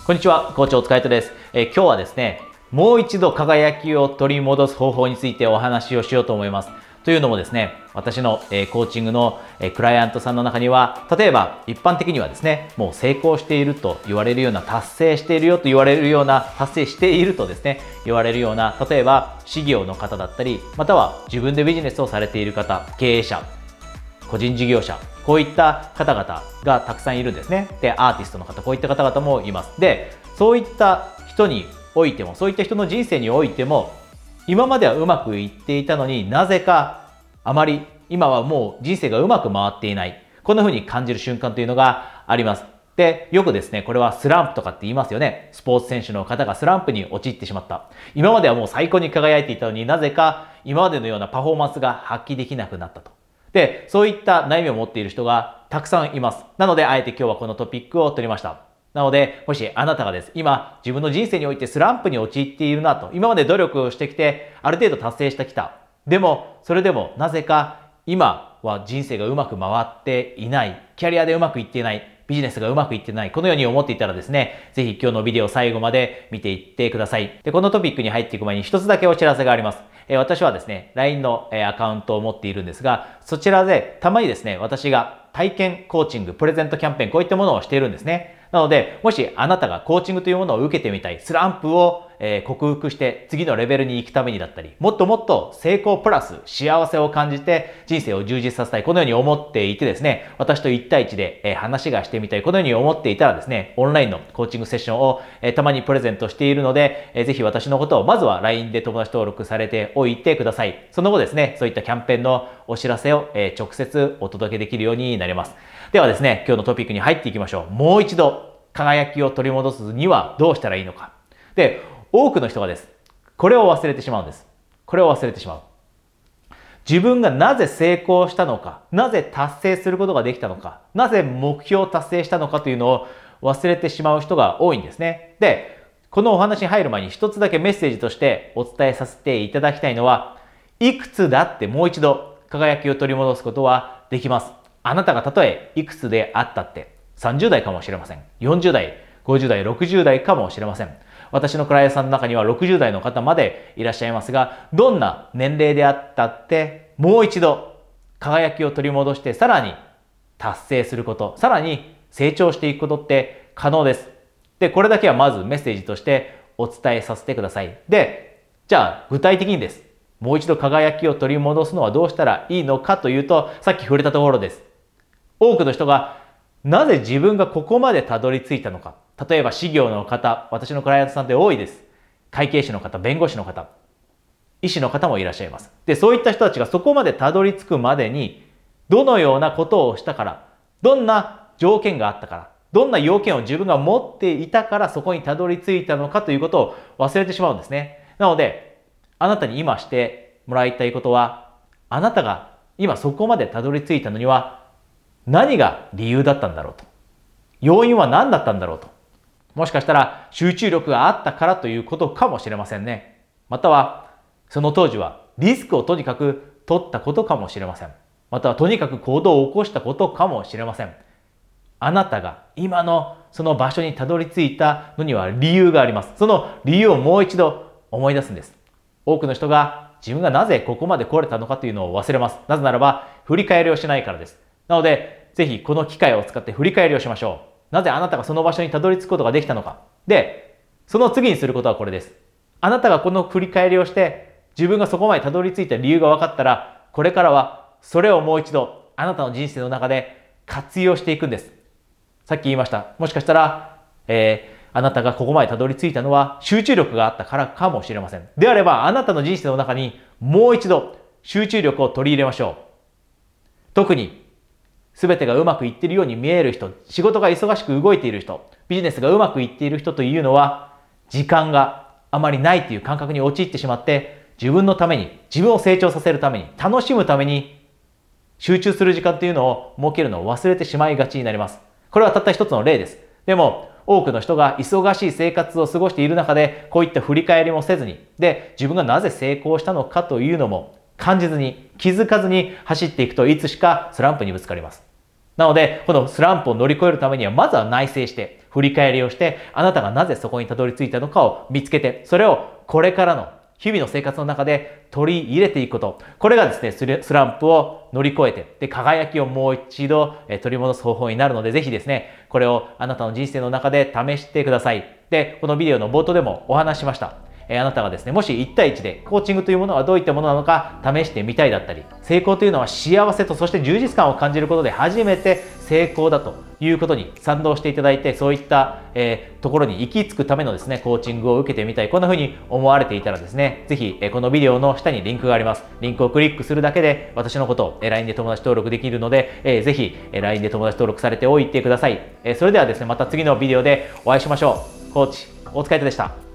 こんにちは、コーチお疲れ様です。今日はですね、もう一度輝きを取り戻す方法についてお話をしようと思います。というのもですね、私のコーチングのクライアントさんの中には、例えば一般的にはですね、もう成功していると言われるような、達成しているよと言われるような、達成しているとですね、言われるような、例えば事業の方だったり、または自分でビジネスをされている方、経営者、個人事業者、こういった方々がたくさんいるんですね。で、アーティストの方、こういった方々もいます。で、そういった人においても、そういった人の人生においても、今まではうまくいっていたのになぜかあまり今はもう人生がうまく回っていない。こんな風に感じる瞬間というのがあります。で、よくですね、これはスランプとかって言いますよね。スポーツ選手の方がスランプに陥ってしまった。今まではもう最高に輝いていたのになぜか今までのようなパフォーマンスが発揮できなくなったと。で、そういった悩みを持っている人がたくさんいます。なので、あえて今日はこのトピックを取りました。なので、もしあなたがです。今、自分の人生においてスランプに陥っているなと。今まで努力をしてきて、ある程度達成してきた。でも、それでもなぜか今は人生がうまく回っていない。キャリアでうまくいっていない。ビジネスがうまくいってない。このように思っていたらですね、ぜひ今日のビデオ最後まで見ていってください。で、このトピックに入っていく前に一つだけお知らせがあります。私はですね、LINE のアカウントを持っているんですが、そちらでたまにですね、私が体験コーチング、プレゼントキャンペーン、こういったものをしているんですね。なので、もしあなたがコーチングというものを受けてみたい、スランプを克服して次のレベルに行くためにだったり、もっともっと成功プラス幸せを感じて人生を充実させたい、このように思っていてですね、私と1対1で話がしてみたい、このように思っていたらですね、オンラインのコーチングセッションをたまにプレゼントしているので、ぜひ私のことをまずは LINE で友達登録されておいてください。その後ですね、そういったキャンペーンのお知らせを直接お届けできるようになります。ではですね、今日のトピックに入っていきましょう。もう一度輝きを取り戻すにはどうしたらいいのか。で、多くの人がです。これを忘れてしまうんです。これを忘れてしまう。自分がなぜ成功したのか、なぜ達成することができたのか、なぜ目標を達成したのかというのを忘れてしまう人が多いんですね。で、このお話に入る前に一つだけメッセージとしてお伝えさせていただきたいのは、いくつだってもう一度輝きを取り戻すことはできます。あなたがたとえいくつであったって、30代かもしれません。40代、50代、60代かもしれません。私のクライアントさんの中には60代の方までいらっしゃいますが、どんな年齢であったって、もう一度輝きを取り戻してさらに達成すること、さらに成長していくことって可能です。で、これだけはまずメッセージとしてお伝えさせてください。で、じゃあ具体的にです。もう一度輝きを取り戻すのはどうしたらいいのかというと、さっき触れたところです。多くの人がなぜ自分がここまでたどり着いたのか。例えば、事業の方、私のクライアントさんって多いです。会計士の方、弁護士の方、医師の方もいらっしゃいます。で、そういった人たちがそこまでたどり着くまでに、どのようなことをしたから、どんな条件があったから、どんな要件を自分が持っていたからそこにたどり着いたのかということを忘れてしまうんですね。なので、あなたに今してもらいたいことは、あなたが今そこまでたどり着いたのには、何が理由だったんだろうと。要因は何だったんだろうと。もしかしたら集中力があったからということかもしれませんね。またはその当時はリスクをとにかく取ったことかもしれません。またはとにかく行動を起こしたことかもしれません。あなたが今のその場所にたどり着いたのには理由があります。その理由をもう一度思い出すんです。多くの人が自分がなぜここまで来れたのかというのを忘れます。なぜならば振り返りをしないからです。なのでぜひこの機会を使って振り返りをしましょう。なぜあなたがその場所にたどり着くことができたのか。で、その次にすることはこれです。あなたがこの振り返りをして自分がそこまでたどり着いた理由が分かったら、これからはそれをもう一度あなたの人生の中で活用していくんです。さっき言いました。もしかしたら、あなたがここまでたどり着いたのは集中力があったからかもしれません。であればあなたの人生の中にもう一度集中力を取り入れましょう。特に全てがうまくいっているように見える人、仕事が忙しく動いている人、ビジネスがうまくいっている人というのは、時間があまりないという感覚に陥ってしまって、自分のために、自分を成長させるために、楽しむために、集中する時間というのを設けるのを忘れてしまいがちになります。これはたった一つの例です。でも、多くの人が忙しい生活を過ごしている中で、こういった振り返りもせずに、で、自分がなぜ成功したのかというのも感じずに、気づかずに走っていくといつしかスランプにぶつかります。なので、このスランプを乗り越えるためには、まずは内省して、 振り返りをして、あなたがなぜそこにたどり着いたのかを見つけて、それをこれからの日々の生活の中で取り入れていくこと。これがですね、スランプを乗り越えて、で、輝きをもう一度取り戻す方法になるので、ぜひですね、これをあなたの人生の中で試してください。で、このビデオの冒頭でもお話ししました。あなたがですね、もし1対1でコーチングというものはどういったものなのか試してみたいだったり、成功というのは幸せとそして充実感を感じることで初めて成功だということに賛同していただいて、そういった、ところに行き着くためのですね、コーチングを受けてみたい、こんな風に思われていたらですね、ぜひ、このビデオの下にリンクがあります。リンクをクリックするだけで私のことを LINE で友達登録できるので、ぜひ LINE で友達登録されておいてください。それではですね、また次のビデオでお会いしましょう。コーチ、大塚愛人でした。